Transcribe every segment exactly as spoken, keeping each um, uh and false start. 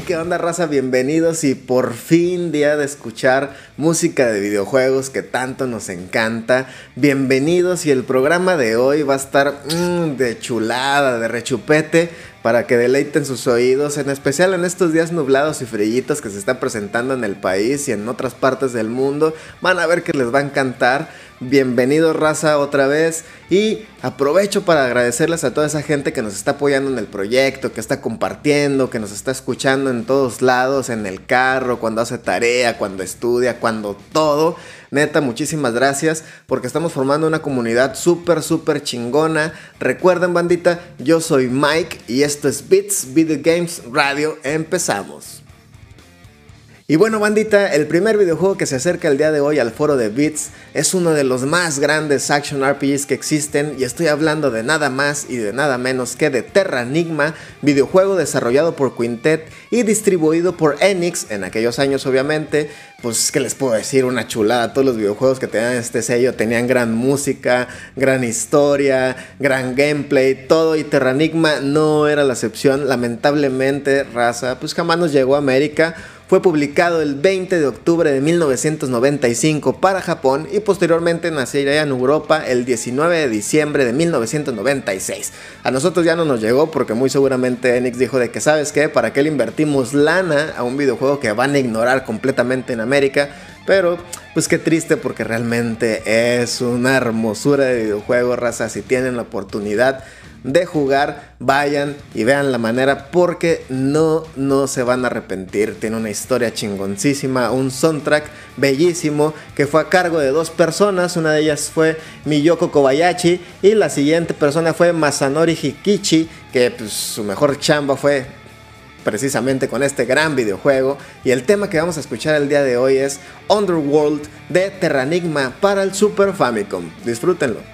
¿Qué onda, raza? Bienvenidos y por fin día de escuchar música de videojuegos que tanto nos encanta. Bienvenidos, y el programa de hoy va a estar mmm, de chulada, de rechupete, para que deleiten sus oídos, en especial en estos días nublados y frillitos que se están presentando en el país y en otras partes del mundo. Van a ver que les va a encantar. Bienvenidos, raza, otra vez, y aprovecho para agradecerles a toda esa gente que nos está apoyando en el proyecto, que está compartiendo, que nos está escuchando en todos lados, en el carro, cuando hace tarea, cuando estudia, cuando todo. Neta, muchísimas gracias, porque estamos formando una comunidad súper, súper chingona. Recuerden, bandita, yo soy Mike y esto es Beats Video Games Radio. Empezamos. Y bueno, bandita, el primer videojuego que se acerca el día de hoy al foro de Beats es uno de los más grandes action R P Gs que existen, y estoy hablando de nada más y de nada menos que de Terranigma, videojuego desarrollado por Quintet y distribuido por Enix en aquellos años, obviamente. Pues, ¿qué les puedo decir? Una chulada. Todos los videojuegos que tenían este sello tenían gran música, gran historia, gran gameplay, todo, y Terranigma no era la excepción. Lamentablemente, raza, pues jamás nos llegó a América. Fue publicado el veinte de octubre de mil novecientos noventa y cinco para Japón y posteriormente nacería en Europa el diecinueve de diciembre de mil novecientos noventa y seis. A nosotros ya no nos llegó porque muy seguramente Enix dijo de que, ¿sabes qué? ¿Para qué le invertimos lana a un videojuego que van a ignorar completamente en América? Pero pues qué triste, porque realmente es una hermosura de videojuego, raza. Si tienen la oportunidad de jugar, vayan y vean la manera, porque no, no se van a arrepentir. Tiene una historia chingoncísima, un soundtrack bellísimo que fue a cargo de dos personas. Una de ellas fue Miyoko Kobayashi y la siguiente persona fue Masanori Hikichi, que pues su mejor chamba fue precisamente con este gran videojuego. Y el tema que vamos a escuchar el día de hoy es Underworld de Terranigma para el Super Famicom. Disfrútenlo.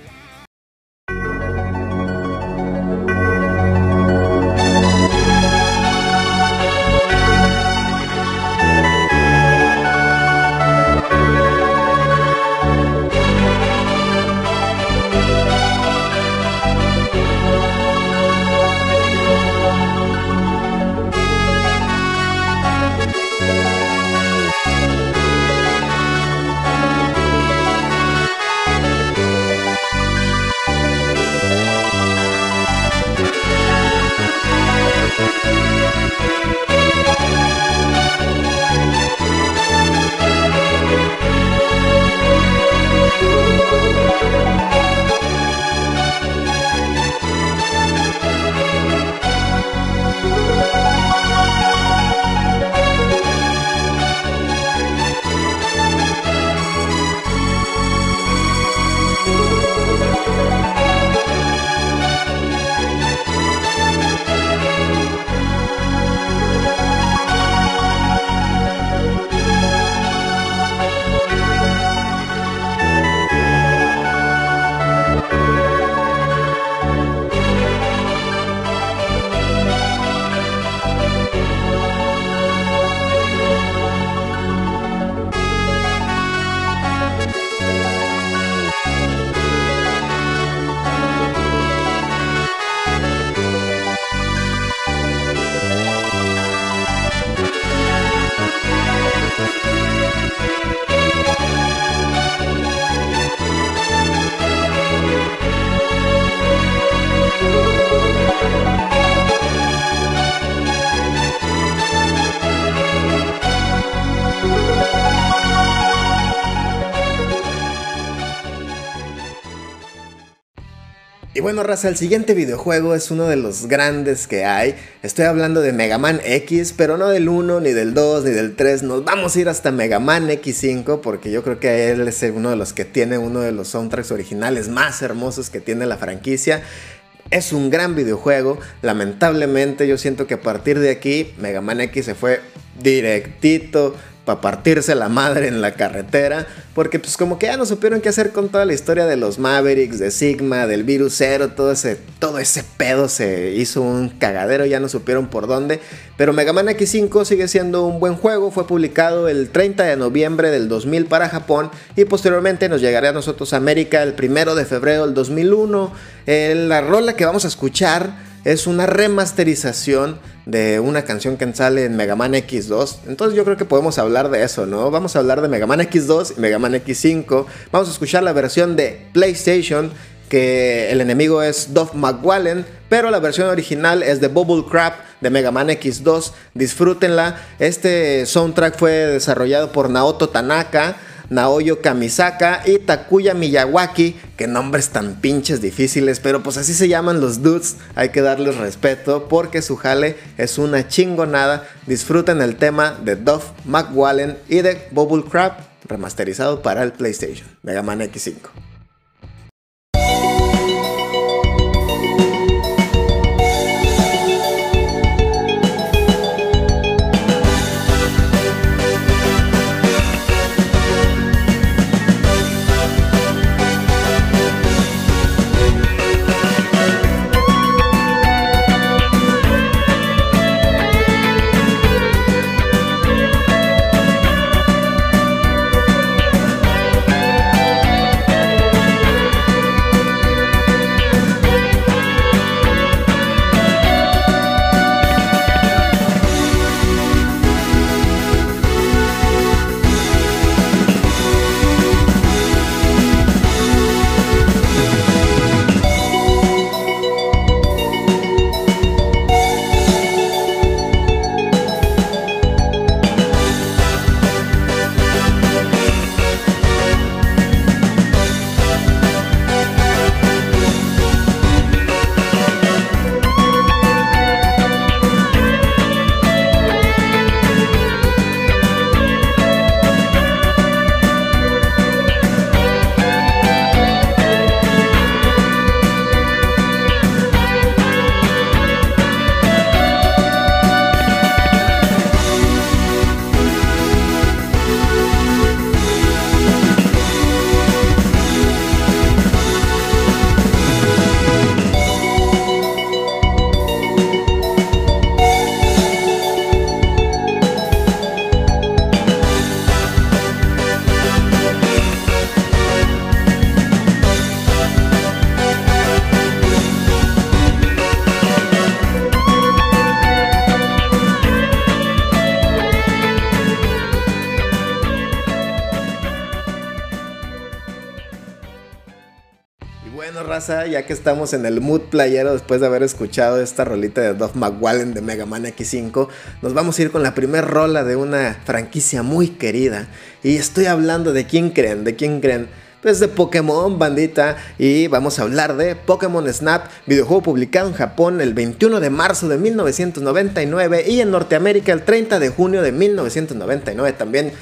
Y bueno, raza, el siguiente videojuego es uno de los grandes que hay. Estoy hablando de Mega Man X, pero no del uno, ni del dos, ni del tres. Nos vamos a ir hasta Mega Man X cinco, porque yo creo que él es uno de los que tiene uno de los soundtracks originales más hermosos que tiene la franquicia. Es un gran videojuego. Lamentablemente yo siento que a partir de aquí Mega Man X se fue directito para partirse la madre en la carretera, porque pues como que ya no supieron qué hacer con toda la historia de los Mavericks, de Sigma, del Virus Zero, todo ese, todo ese pedo se hizo un cagadero, ya no supieron por dónde. Pero Mega Man X cinco sigue siendo un buen juego. Fue publicado el treinta de noviembre del dos mil para Japón y posteriormente nos llegará a nosotros a América el primero de febrero del dos mil uno. Eh, la rola que vamos a escuchar es una remasterización de una canción que sale en Mega Man X dos. Entonces yo creo que podemos hablar de eso, ¿no? Vamos a hablar de Mega Man X dos y Mega Man X cinco. Vamos a escuchar la versión de PlayStation, que el enemigo es Duff McWallen, pero la versión original es de Bubble Crab de Mega Man X dos. Disfrútenla. Este soundtrack fue desarrollado por Naoto Tanaka, Naoyo Kamisaka y Takuya Miyawaki. Que nombres tan pinches difíciles, pero pues así se llaman los dudes. Hay que darles respeto porque su jale es una chingonada. Disfruten el tema de Duff McWallen y de Bubble Crab, remasterizado para el PlayStation, Mega Man X cinco. Raza, ya que estamos en el mood playero después de haber escuchado esta rolita de Duff McWallen de Mega Man X cinco, nos vamos a ir con la primer rola de una franquicia muy querida. Y estoy hablando de quién creen, de quién creen. Pues de Pokémon, bandita, y vamos a hablar de Pokémon Snap, videojuego publicado en Japón el veintiuno de marzo de mil novecientos noventa y nueve y en Norteamérica el treinta de junio de mil novecientos noventa y nueve también.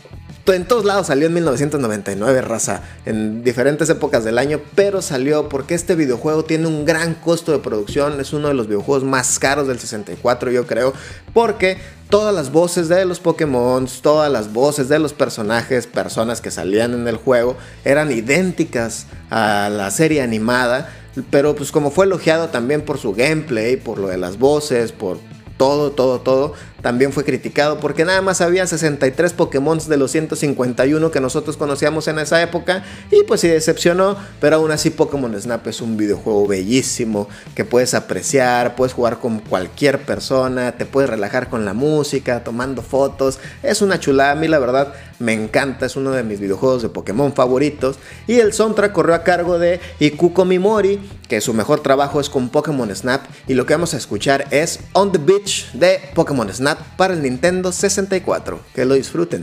En todos lados salió en mil novecientos noventa y nueve, raza, en diferentes épocas del año, pero salió porque este videojuego tiene un gran costo de producción. Es uno de los videojuegos más caros del sesenta y cuatro, yo creo, porque todas las voces de los Pokémon, todas las voces de los personajes, personas que salían en el juego, eran idénticas a la serie animada, pero pues como fue elogiado también por su gameplay, por lo de las voces, por todo, todo, todo, también fue criticado porque nada más había sesenta y tres Pokémon de los ciento cincuenta y uno que nosotros conocíamos en esa época, y pues sí decepcionó. Pero aún así Pokémon Snap es un videojuego bellísimo que puedes apreciar, puedes jugar con cualquier persona, te puedes relajar con la música, tomando fotos. Es una chulada, a mí la verdad me encanta, es uno de mis videojuegos de Pokémon favoritos. Y el soundtrack corrió a cargo de Ikuko Mimori, que su mejor trabajo es con Pokémon Snap, y lo que vamos a escuchar es On the Beach de Pokémon Snap para el Nintendo sesenta y cuatro. Que lo disfruten.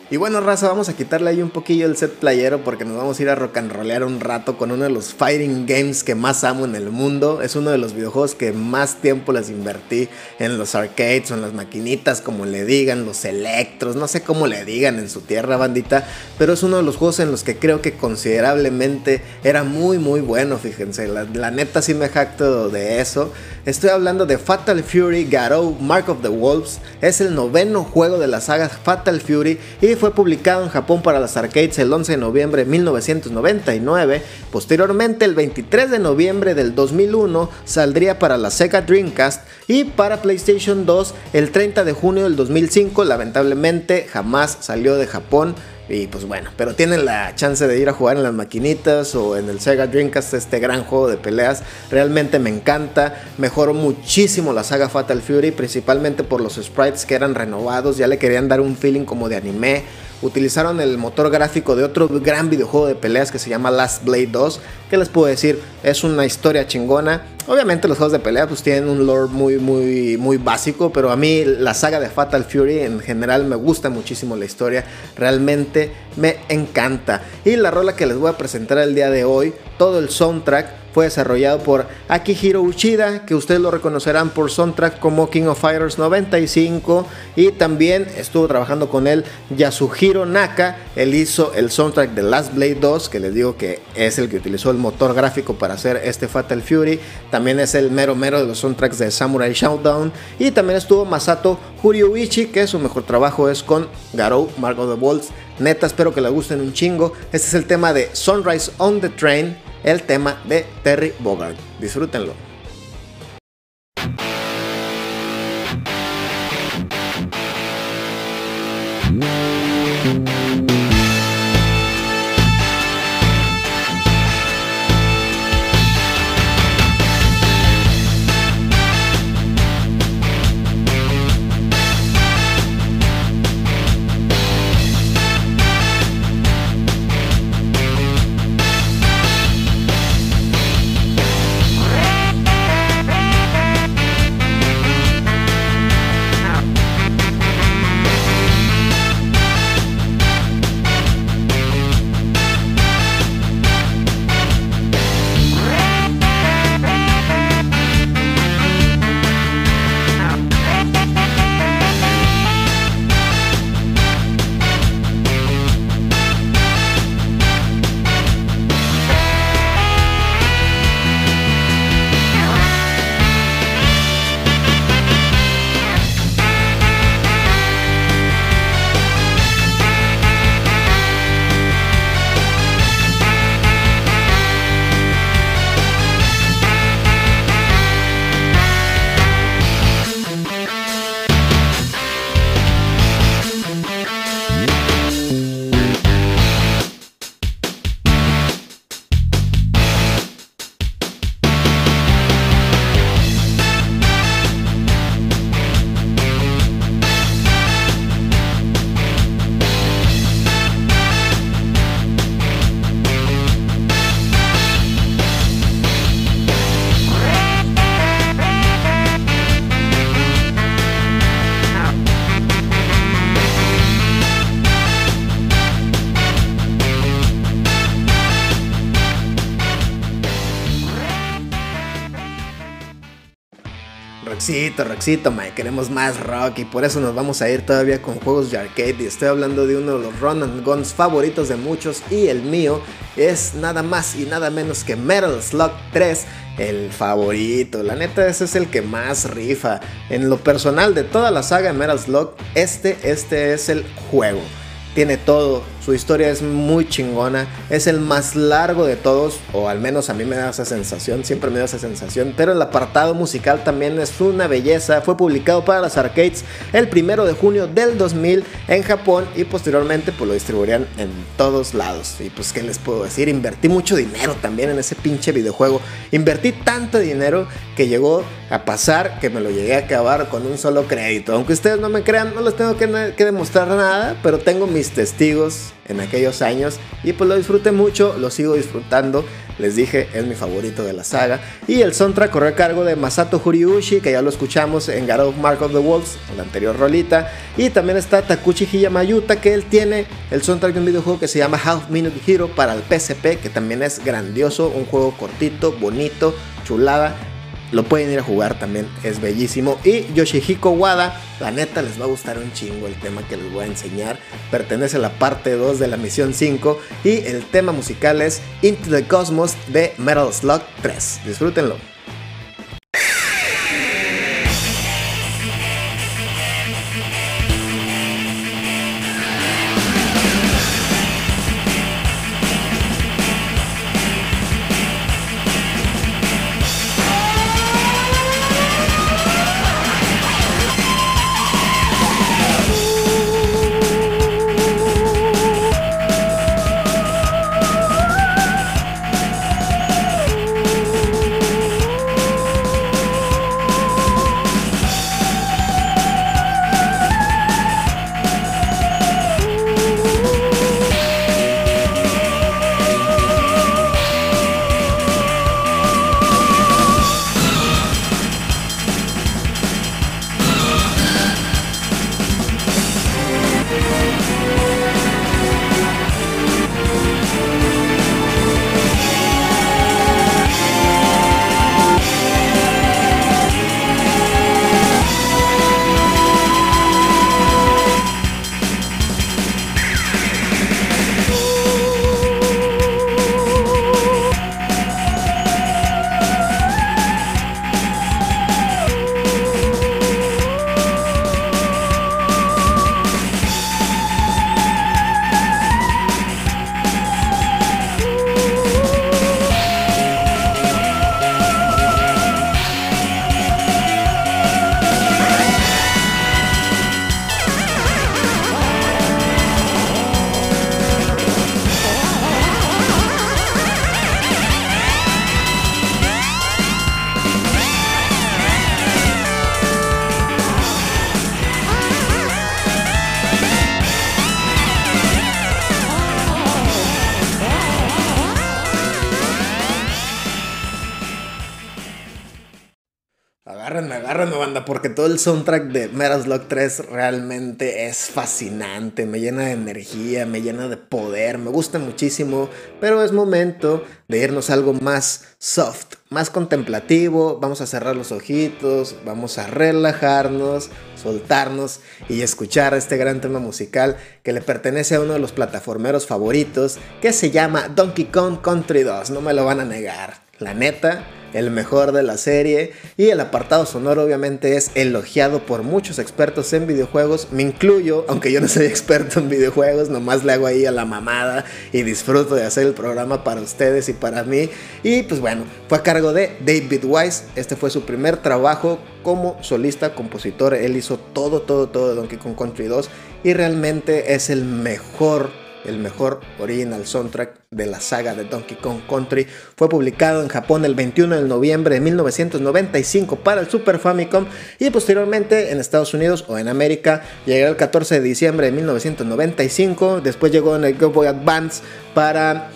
Y bueno, raza, vamos a quitarle ahí un poquillo el set playero porque nos vamos a ir a rock and rollear un rato con uno de los fighting games que más amo en el mundo. Es uno de los videojuegos que más tiempo les invertí en los arcades o en las maquinitas, como le digan, los electros, no sé cómo le digan en su tierra, bandita, pero es uno de los juegos en los que creo que considerablemente era muy muy bueno, fíjense, la, la neta sí me jacto de eso. Estoy hablando de Fatal Fury Garou Mark of the Wolves. Es el noveno juego de la saga Fatal Fury y fue publicado en Japón para las arcades el once de noviembre de mil novecientos noventa y nueve. Posteriormente, el veintitrés de noviembre del dos mil uno, saldría para la Sega Dreamcast y para PlayStation dos el treinta de junio del dos mil cinco. Lamentablemente jamás salió de Japón. Y pues bueno, pero tienen la chance de ir a jugar en las maquinitas o en el Sega Dreamcast, este gran juego de peleas. Realmente me encanta, mejoró muchísimo la saga Fatal Fury, principalmente por los sprites que eran renovados, ya le querían dar un feeling como de anime. Utilizaron el motor gráfico de otro gran videojuego de peleas que se llama Last Blade dos, que les puedo decir, es una historia chingona. Obviamente los juegos de pelea pues tienen un lore muy muy muy básico, pero a mí la saga de Fatal Fury en general me gusta muchísimo la historia, realmente me encanta. Y la rola que les voy a presentar el día de hoy, todo el soundtrack fue desarrollado por Akihiro Uchida, que ustedes lo reconocerán por soundtrack como King of Fighters noventa y cinco, y también estuvo trabajando con él Yasuhiro Naka. Él hizo el soundtrack de Last Blade dos, que les digo que es el que utilizó el motor gráfico para hacer este Fatal Fury. También es el mero mero de los soundtracks de Samurai Shodown, y también estuvo Masato Horiuichi, que su mejor trabajo es con Garou Mark of the Wolves. Neta, espero que les gusten un chingo. Este es el tema de Sunrise on the Train, el tema de Terry Bogard. Disfrútenlo. Roxito, Roxito, mae, queremos más rock y por eso nos vamos a ir todavía con juegos de arcade. Y estoy hablando de uno de los run and guns favoritos de muchos, y el mío es nada más y nada menos que Metal Slug tres, el favorito. La neta, ese es el que más rifa. En lo personal, de toda la saga de Metal Slug, este, este es el juego. Tiene todo, su historia es muy chingona, es el más largo de todos, o al menos a mí me da esa sensación, siempre me da esa sensación, pero el apartado musical también es una belleza. Fue publicado para las arcades el primero de junio del dos mil en Japón, y posteriormente pues lo distribuirían en todos lados. Y pues qué les puedo decir, invertí mucho dinero también en ese pinche videojuego, invertí tanto dinero que llegó a pasar que me lo llegué a acabar con un solo crédito. Aunque ustedes no me crean, no les tengo que, que demostrar nada, pero tengo mis testigos en aquellos años y pues lo disfruté mucho, lo sigo disfrutando. les dije, es mi favorito de la saga. Y el soundtrack corre a cargo de Masato Horiuchi, que ya lo escuchamos en God of Mark of the Wolves, la anterior rolita. Y también está Takuchi Hiyamayuta, que él tiene el soundtrack de un videojuego que se llama Half Minute Hero para el P S P, que también es grandioso, un juego cortito, bonito, chulada. Lo pueden ir a jugar también, es bellísimo. Y Yoshihiko Wada, la neta les va a gustar un chingo el tema que les voy a enseñar. Pertenece a la parte dos de la misión cinco y el tema musical es Into the Cosmos de Metal Slug tres. Disfrútenlo. Agárrenme, agárrenme, banda, porque todo el soundtrack de Metal Slug tres realmente es fascinante, me llena de energía, me llena de poder, me gusta muchísimo, pero es momento de irnos a algo más soft, más contemplativo. Vamos a cerrar los ojitos, vamos a relajarnos, soltarnos y escuchar este gran tema musical que le pertenece a uno de los plataformeros favoritos, que se llama Donkey Kong Country dos, no me lo van a negar, la neta. El mejor de la serie, y el apartado sonoro obviamente es elogiado por muchos expertos en videojuegos, me incluyo, aunque yo no soy experto en videojuegos, nomás le hago ahí a la mamada y disfruto de hacer el programa para ustedes y para mí. Y pues bueno, fue a cargo de David Wise, este fue su primer trabajo como solista, compositor, él hizo todo, todo, todo de Donkey Kong Country dos y realmente es el mejor el mejor original soundtrack de la saga de Donkey Kong Country. Fue publicado en Japón el veintiuno de noviembre de mil novecientos noventa y cinco para el Super Famicom y posteriormente en Estados Unidos o en América llegó el catorce de diciembre de mil novecientos noventa y cinco. Después llegó en el Game Boy Advance para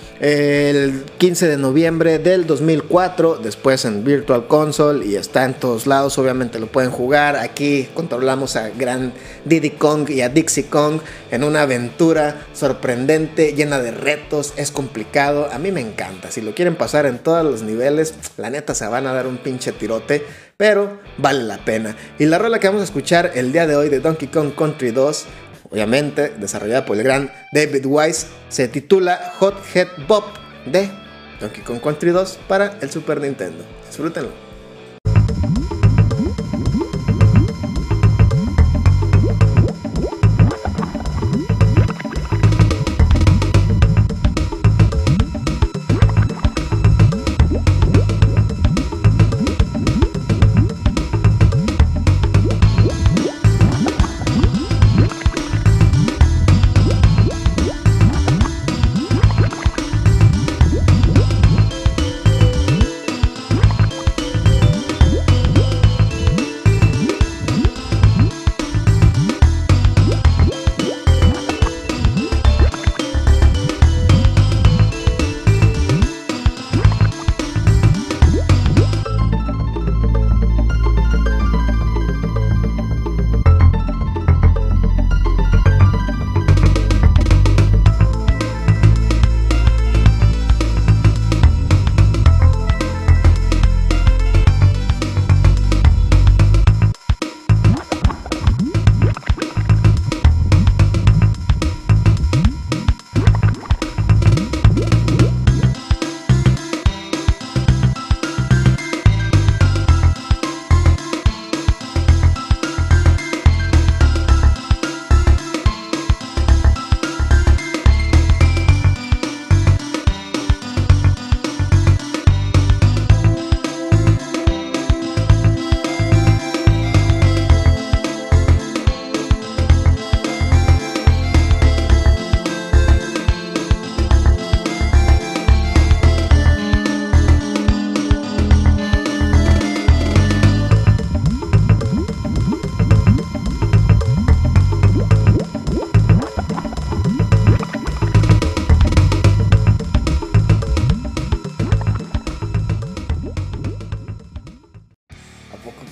el quince de noviembre del dos mil cuatro, después en Virtual Console y está en todos lados, obviamente lo pueden jugar. Aquí controlamos a Gran Diddy Kong y a Dixie Kong en una aventura sorprendente, llena de retos, es complicado, a mí me encanta. Si lo quieren pasar en todos los niveles, la neta se van a dar un pinche tirote, pero vale la pena. Y la rola que vamos a escuchar el día de hoy de Donkey Kong Country dos, obviamente desarrollada por el gran David Wise, se titula Hot Head Bop de Donkey Kong Country dos para el Super Nintendo. Disfrútenlo.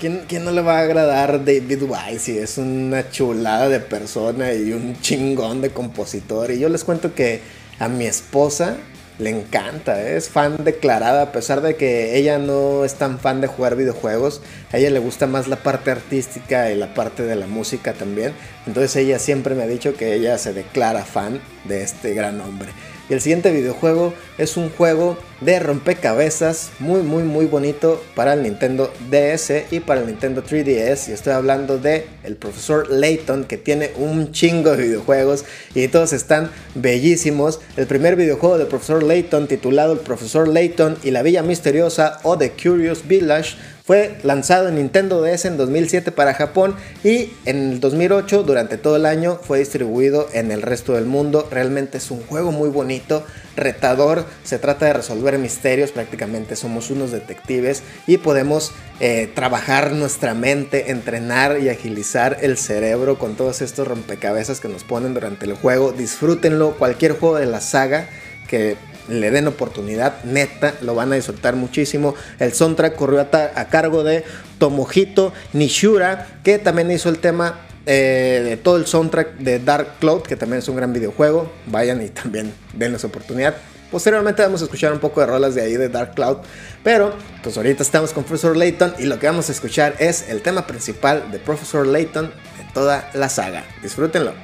¿quién, quién no le va a agradar David Wise? Es una chulada de persona y un chingón de compositor. Y yo les cuento que a mi esposa le encanta, ¿eh? Es fan declarada, a pesar de que ella no es tan fan de jugar videojuegos. A ella le gusta más la parte artística y la parte de la música también. Entonces ella siempre me ha dicho que ella se declara fan de este gran hombre. Y el siguiente videojuego es un juego de rompecabezas muy muy muy bonito para el Nintendo D S y para el Nintendo tres D S. Y estoy hablando de el profesor Layton, que tiene un chingo de videojuegos y todos están bellísimos. El primer videojuego del profesor Layton, titulado El profesor Layton y la Villa Misteriosa o The Curious Village, fue lanzado en Nintendo D S en dos mil siete para Japón y en el dos mil ocho durante todo el año fue distribuido en el resto del mundo. Realmente es un juego muy bonito, retador, se trata de resolver misterios, prácticamente somos unos detectives y podemos eh, trabajar nuestra mente, entrenar y agilizar el cerebro con todos estos rompecabezas que nos ponen durante el juego. Disfrútenlo, cualquier juego de la saga que le den oportunidad, neta, lo van a disfrutar muchísimo. El soundtrack corrió a, a cargo de Tomohito Nishura, que también hizo el tema eh, de todo el soundtrack de Dark Cloud, que también es un gran videojuego. Vayan y también denles oportunidad. Posteriormente vamos a escuchar un poco de rolas de ahí de Dark Cloud, pero pues ahorita estamos con Professor Layton y lo que vamos a escuchar es el tema principal de Professor Layton de toda la saga. Disfrútenlo.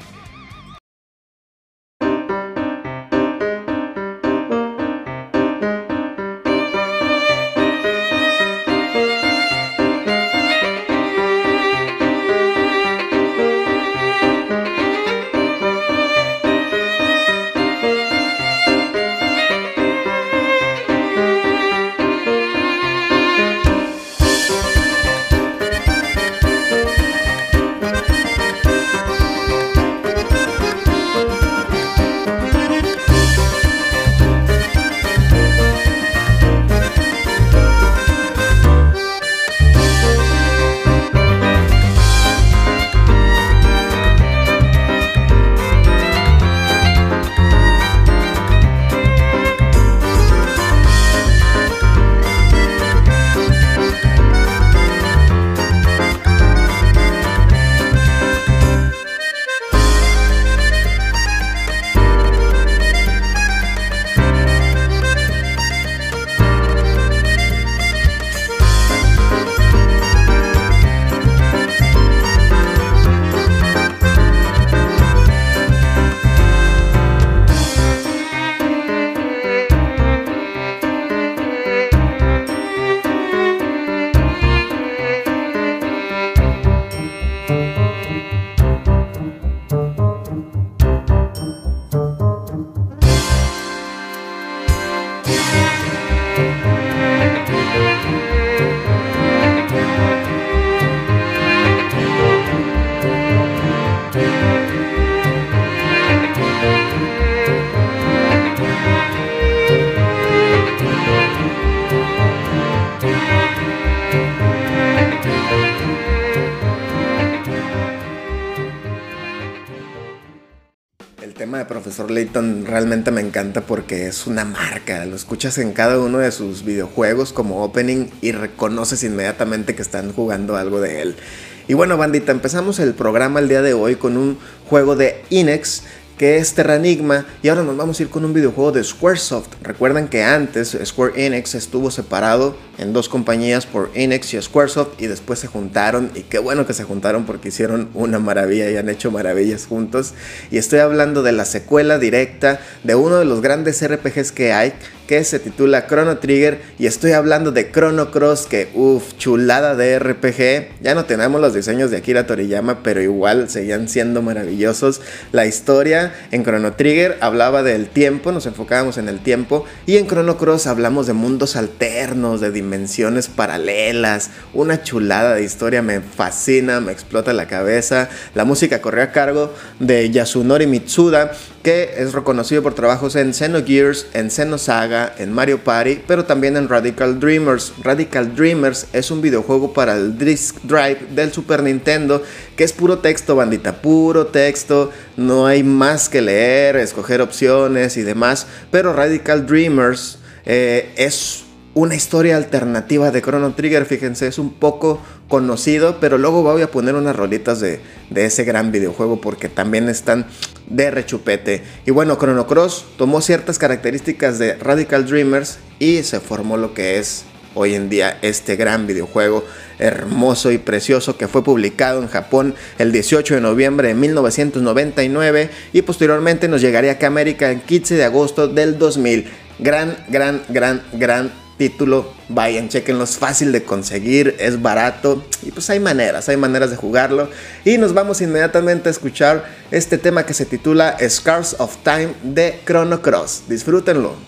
tema de Profesor Layton realmente me encanta porque es una marca. Lo escuchas en cada uno de sus videojuegos como opening y reconoces inmediatamente que están jugando algo de él. Y bueno, bandita, empezamos el programa el día de hoy con un juego de Inex, que es Terranigma, y ahora nos vamos a ir con un videojuego de Squaresoft. Recuerden que antes Square Enix estuvo separado en dos compañías por Enix y Squaresoft, y después se juntaron, y qué bueno que se juntaron porque hicieron una maravilla y han hecho maravillas juntos. Y estoy hablando de la secuela directa de uno de los grandes R P Gs que hay, que se titula Chrono Trigger, y estoy hablando de Chrono Cross, que uff, chulada de R P G. Ya no tenemos los diseños de Akira Toriyama, pero igual seguían siendo maravillosos. La historia en Chrono Trigger hablaba del tiempo, nos enfocábamos en el tiempo, y en Chrono Cross hablamos de mundos alternos, de dimensiones paralelas. Una chulada de historia, me fascina, me explota la cabeza. La música corrió a cargo de Yasunori Mitsuda, que es reconocido por trabajos en Xenogears, en Xenosaga, en Mario Party, pero también en Radical Dreamers. Radical Dreamers es un videojuego para el Disk Drive del Super Nintendo, que es puro texto, bandita, puro texto. No hay más que leer, escoger opciones y demás, pero Radical Dreamers eh, es una historia alternativa de Chrono Trigger. Fíjense, es un poco conocido, pero luego voy a poner unas rolitas de, de ese gran videojuego porque también están de rechupete. Y bueno, Chrono Cross tomó ciertas características de Radical Dreamers y se formó lo que es hoy en día este gran videojuego hermoso y precioso, que fue publicado en Japón el dieciocho de noviembre de mil novecientos noventa y nueve y posteriormente nos llegaría acá a América el quince de agosto del dos mil. Gran, gran, gran, gran título. Vayan, chequenlo, es fácil de conseguir, es barato y pues hay maneras, hay maneras de jugarlo. Y nos vamos inmediatamente a escuchar este tema que se titula Scars of Time de Chrono Cross. Disfrútenlo.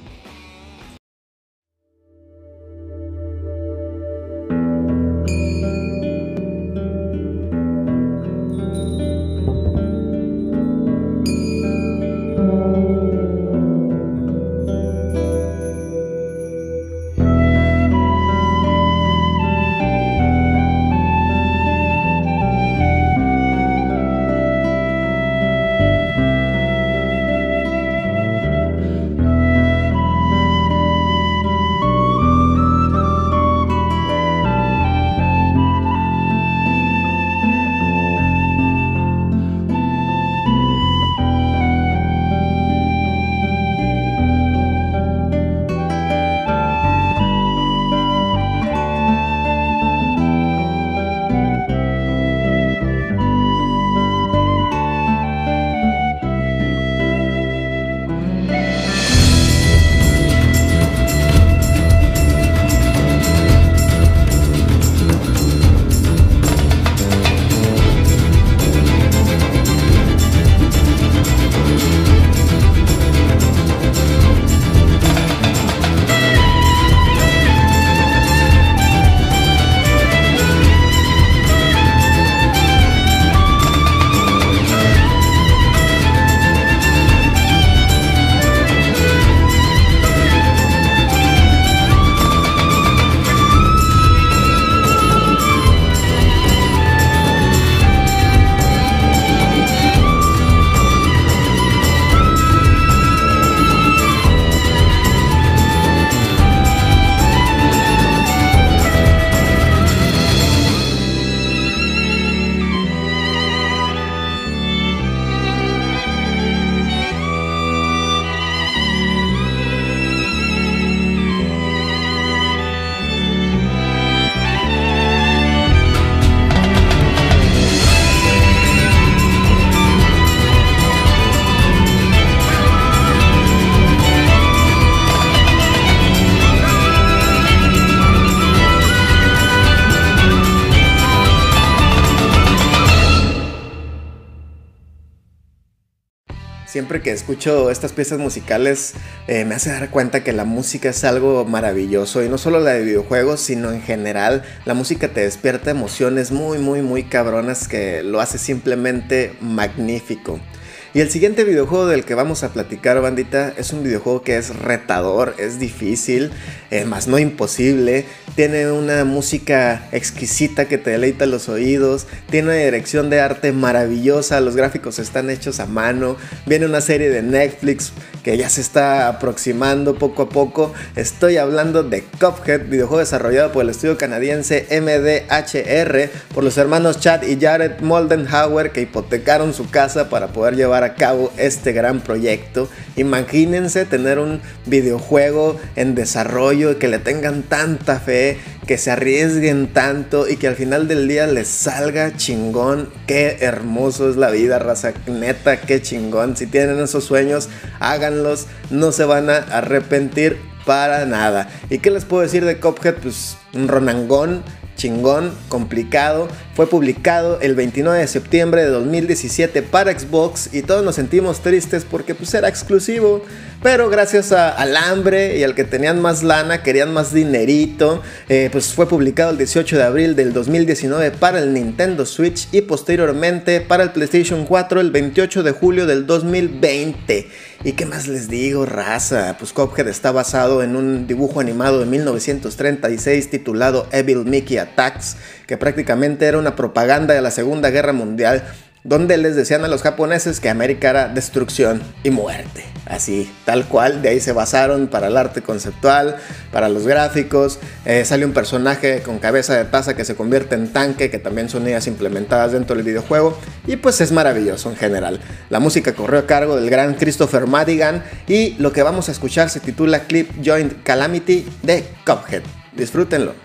Siempre que escucho estas piezas musicales eh, me hace dar cuenta que la música es algo maravilloso, y no solo la de videojuegos, sino en general la música te despierta emociones muy muy muy cabronas que lo hace simplemente magnífico. Y el siguiente videojuego del que vamos a platicar, bandita, es un videojuego que es retador, es difícil, eh, más no imposible. Tiene una música exquisita que te deleita los oídos, tiene una dirección de arte maravillosa, los gráficos están hechos a mano, viene una serie de Netflix que ya se está aproximando poco a poco. Estoy hablando de Cuphead, videojuego desarrollado por el estudio canadiense M D H R, por los hermanos Chad y Jared Moldenhauer, que hipotecaron su casa para poder llevar a cabo este gran proyecto. Imagínense tener un videojuego en desarrollo y que le tengan tanta fe, que se arriesguen tanto y que al final del día les salga chingón. Qué hermoso es la vida, raza, neta, qué chingón. Si tienen esos sueños, háganlos, no se van a arrepentir para nada. ¿Y qué les puedo decir de Cuphead? Pues un ronangón chingón, complicado. Fue publicado el veintinueve de septiembre de dos mil diecisiete para Xbox y todos nos sentimos tristes porque pues era exclusivo, pero gracias a, al hambre y al que tenían más lana, querían más dinerito, eh, pues fue publicado el dieciocho de abril del dos mil diecinueve para el Nintendo Switch y posteriormente para el PlayStation cuatro el veintiocho de julio del dos mil veinte. ¿Y qué más les digo, raza? Pues Cuphead está basado en un dibujo animado de mil novecientos treinta y seis titulado Evil Mickey Attacks, que prácticamente era una propaganda de la Segunda Guerra Mundial, donde les decían a los japoneses que América era destrucción y muerte. Así, tal cual, de ahí se basaron para el arte conceptual, para los gráficos. Eh, sale un personaje con cabeza de taza que se convierte en tanque, que también son ideas implementadas dentro del videojuego, y pues es maravilloso en general. La música corrió a cargo del gran Christopher Madigan, y lo que vamos a escuchar se titula Clip Joint Calamity de Cuphead. Disfrútenlo.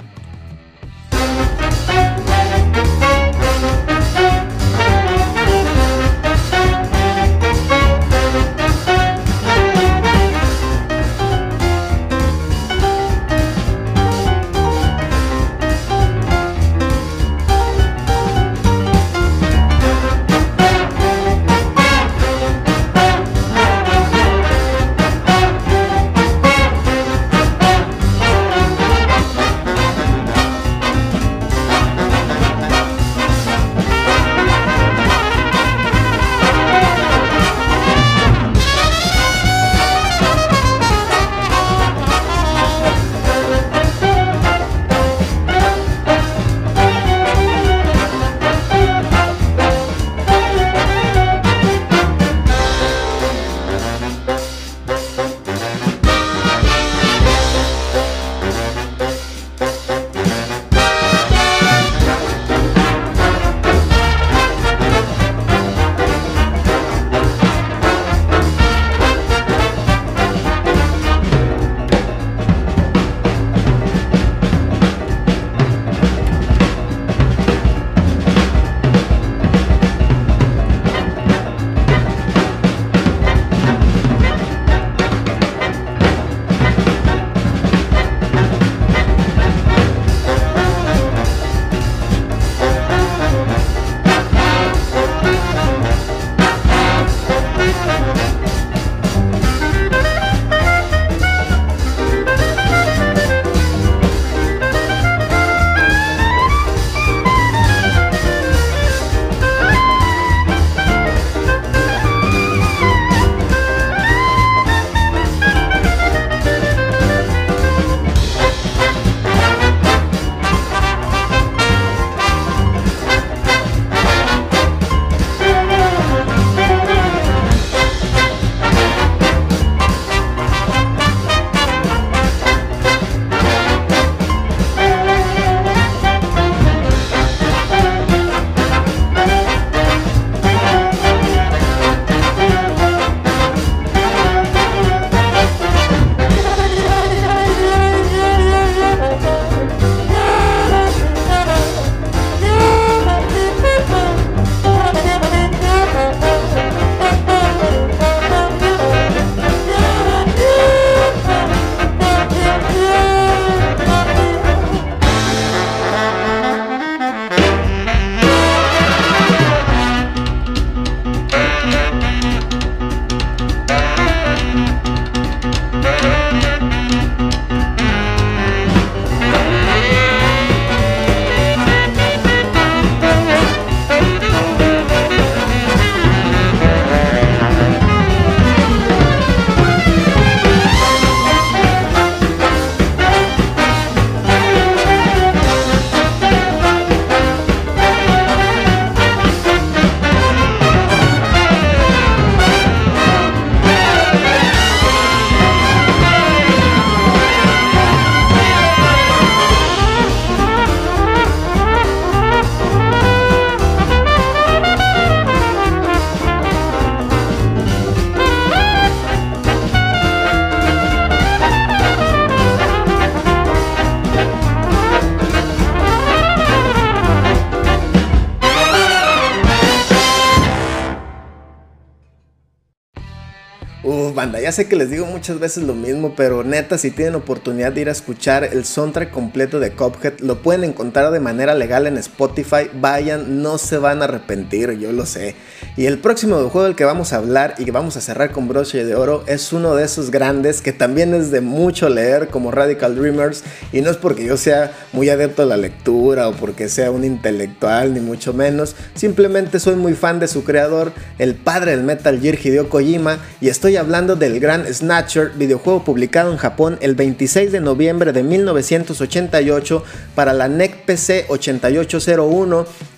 Uh, banda, ya sé que les digo muchas veces lo mismo, pero neta, si tienen oportunidad de ir a escuchar el soundtrack completo de Cuphead, lo pueden encontrar de manera legal en Spotify. Vayan, no se van a arrepentir, yo lo sé. Y el próximo juego del que vamos a hablar y que vamos a cerrar con broche de oro es uno de esos grandes que también es de mucho leer, como Radical Dreamers, y no es porque yo sea muy adepto a la lectura o porque sea un intelectual, ni mucho menos. Simplemente soy muy fan de su creador, el padre del Metal Gear, Hideo Kojima, y estoy hablando del gran Snatcher, videojuego publicado en Japón el veintiséis de noviembre de mil novecientos ochenta y ocho para la N E C P C ochenta y ocho cero uno.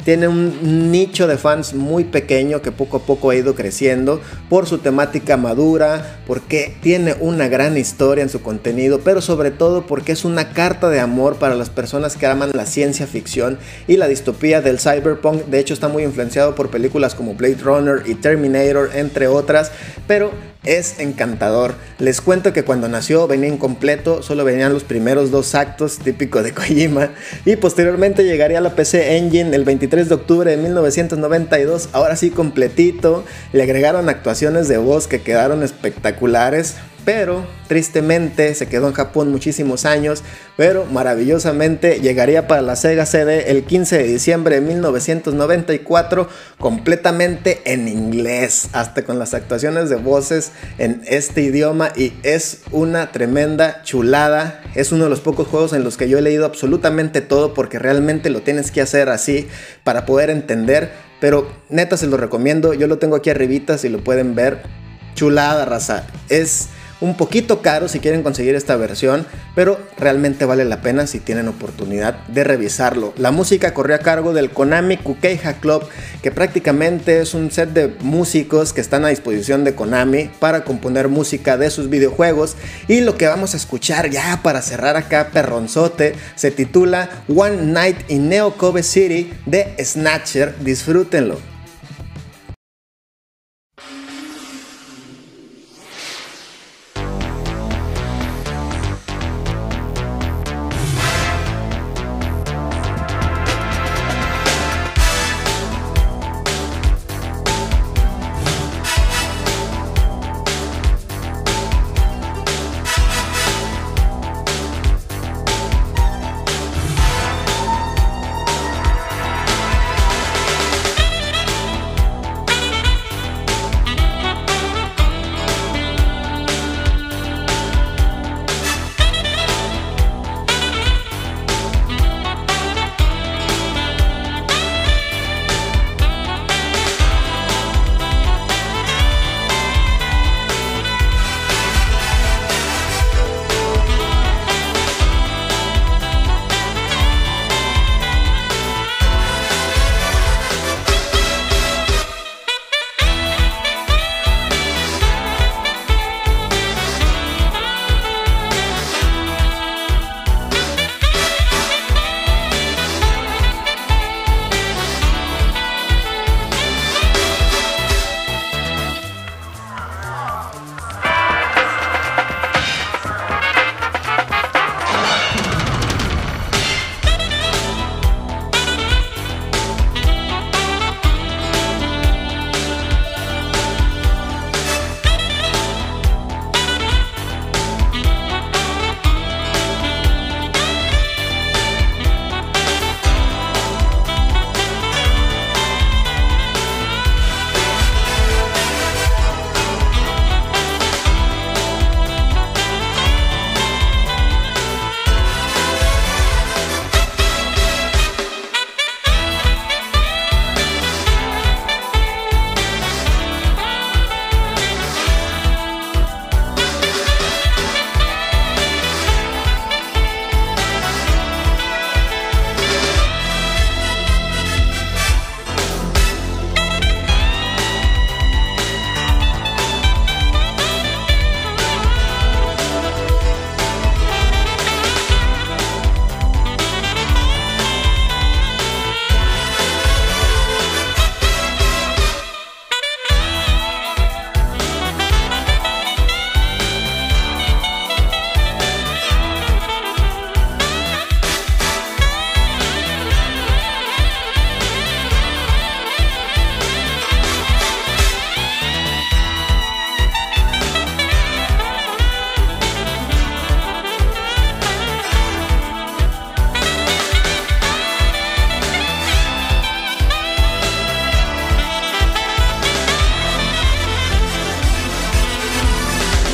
tiene un nicho de fans muy pequeño que poco a poco ha ido creciendo por su temática madura, porque tiene una gran historia en su contenido, pero sobre todo porque es una carta de amor para las personas que aman la ciencia ficción y la distopía del cyberpunk. De hecho, está muy influenciado por películas como Blade Runner y Terminator, entre otras, pero es encantador. Les cuento que cuando nació venía incompleto, solo venían los primeros dos actos, típico de Kojima, y posteriormente llegaría a la P C Engine el veintitrés de octubre de mil novecientos noventa y dos, ahora sí completito. Le agregaron actuaciones de voz que quedaron espectaculares, pero tristemente se quedó en Japón muchísimos años, pero maravillosamente llegaría para la Sega C D el quince de diciembre de mil novecientos noventa y cuatro, completamente en inglés, hasta con las actuaciones de voces en este idioma, y es una tremenda chulada. Es uno de los pocos juegos en los que yo he leído absolutamente todo, porque realmente lo tienes que hacer así para poder entender, pero neta se lo recomiendo. Yo lo tengo aquí arribita, si lo pueden ver. Chulada, raza. Es un poquito caro si quieren conseguir esta versión, pero realmente vale la pena si tienen oportunidad de revisarlo. La música corrió a cargo del Konami Kukeiha Club, que prácticamente es un set de músicos que están a disposición de Konami para componer música de sus videojuegos. Y lo que vamos a escuchar ya para cerrar acá perronzote se titula One Night in Neo Kobe City de Snatcher. Disfrútenlo.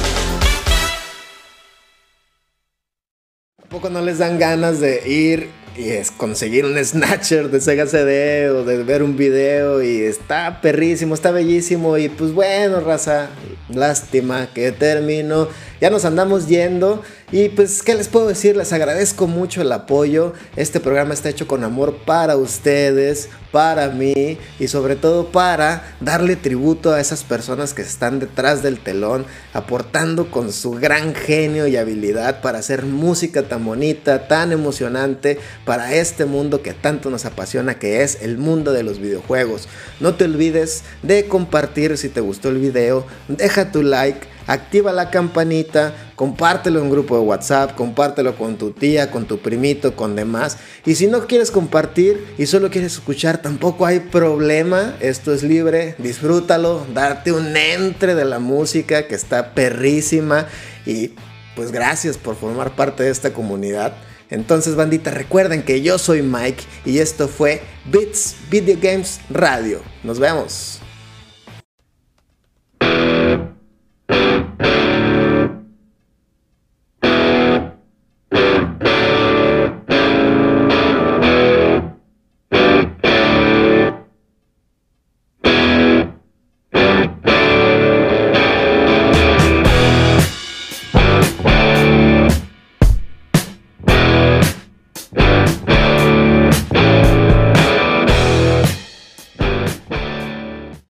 ¿A poco no les dan ganas de ir y es conseguir un Snatcher de Sega C D o de ver un video y está perrísimo, está bellísimo. Y pues bueno, raza, lástima que termino, ya nos andamos yendo. Y pues, ¿qué les puedo decir? Les agradezco mucho el apoyo. Este programa está hecho con amor para ustedes, para mí y sobre todo para darle tributo a esas personas que están detrás del telón, aportando con su gran genio y habilidad para hacer música tan bonita, tan emocionante para este mundo que tanto nos apasiona, que es el mundo de los videojuegos. No te olvides de compartir si te gustó el video, deja tu like, activa la campanita, compártelo en un grupo de WhatsApp, compártelo con tu tía, con tu primito, con demás. Y si no quieres compartir y solo quieres escuchar, tampoco hay problema, esto es libre, disfrútalo, date un entre de la música que está perrísima. Y pues gracias por formar parte de esta comunidad. Entonces, bandita, recuerden que yo soy Mike y esto fue Beats Video Games Radio. Nos vemos.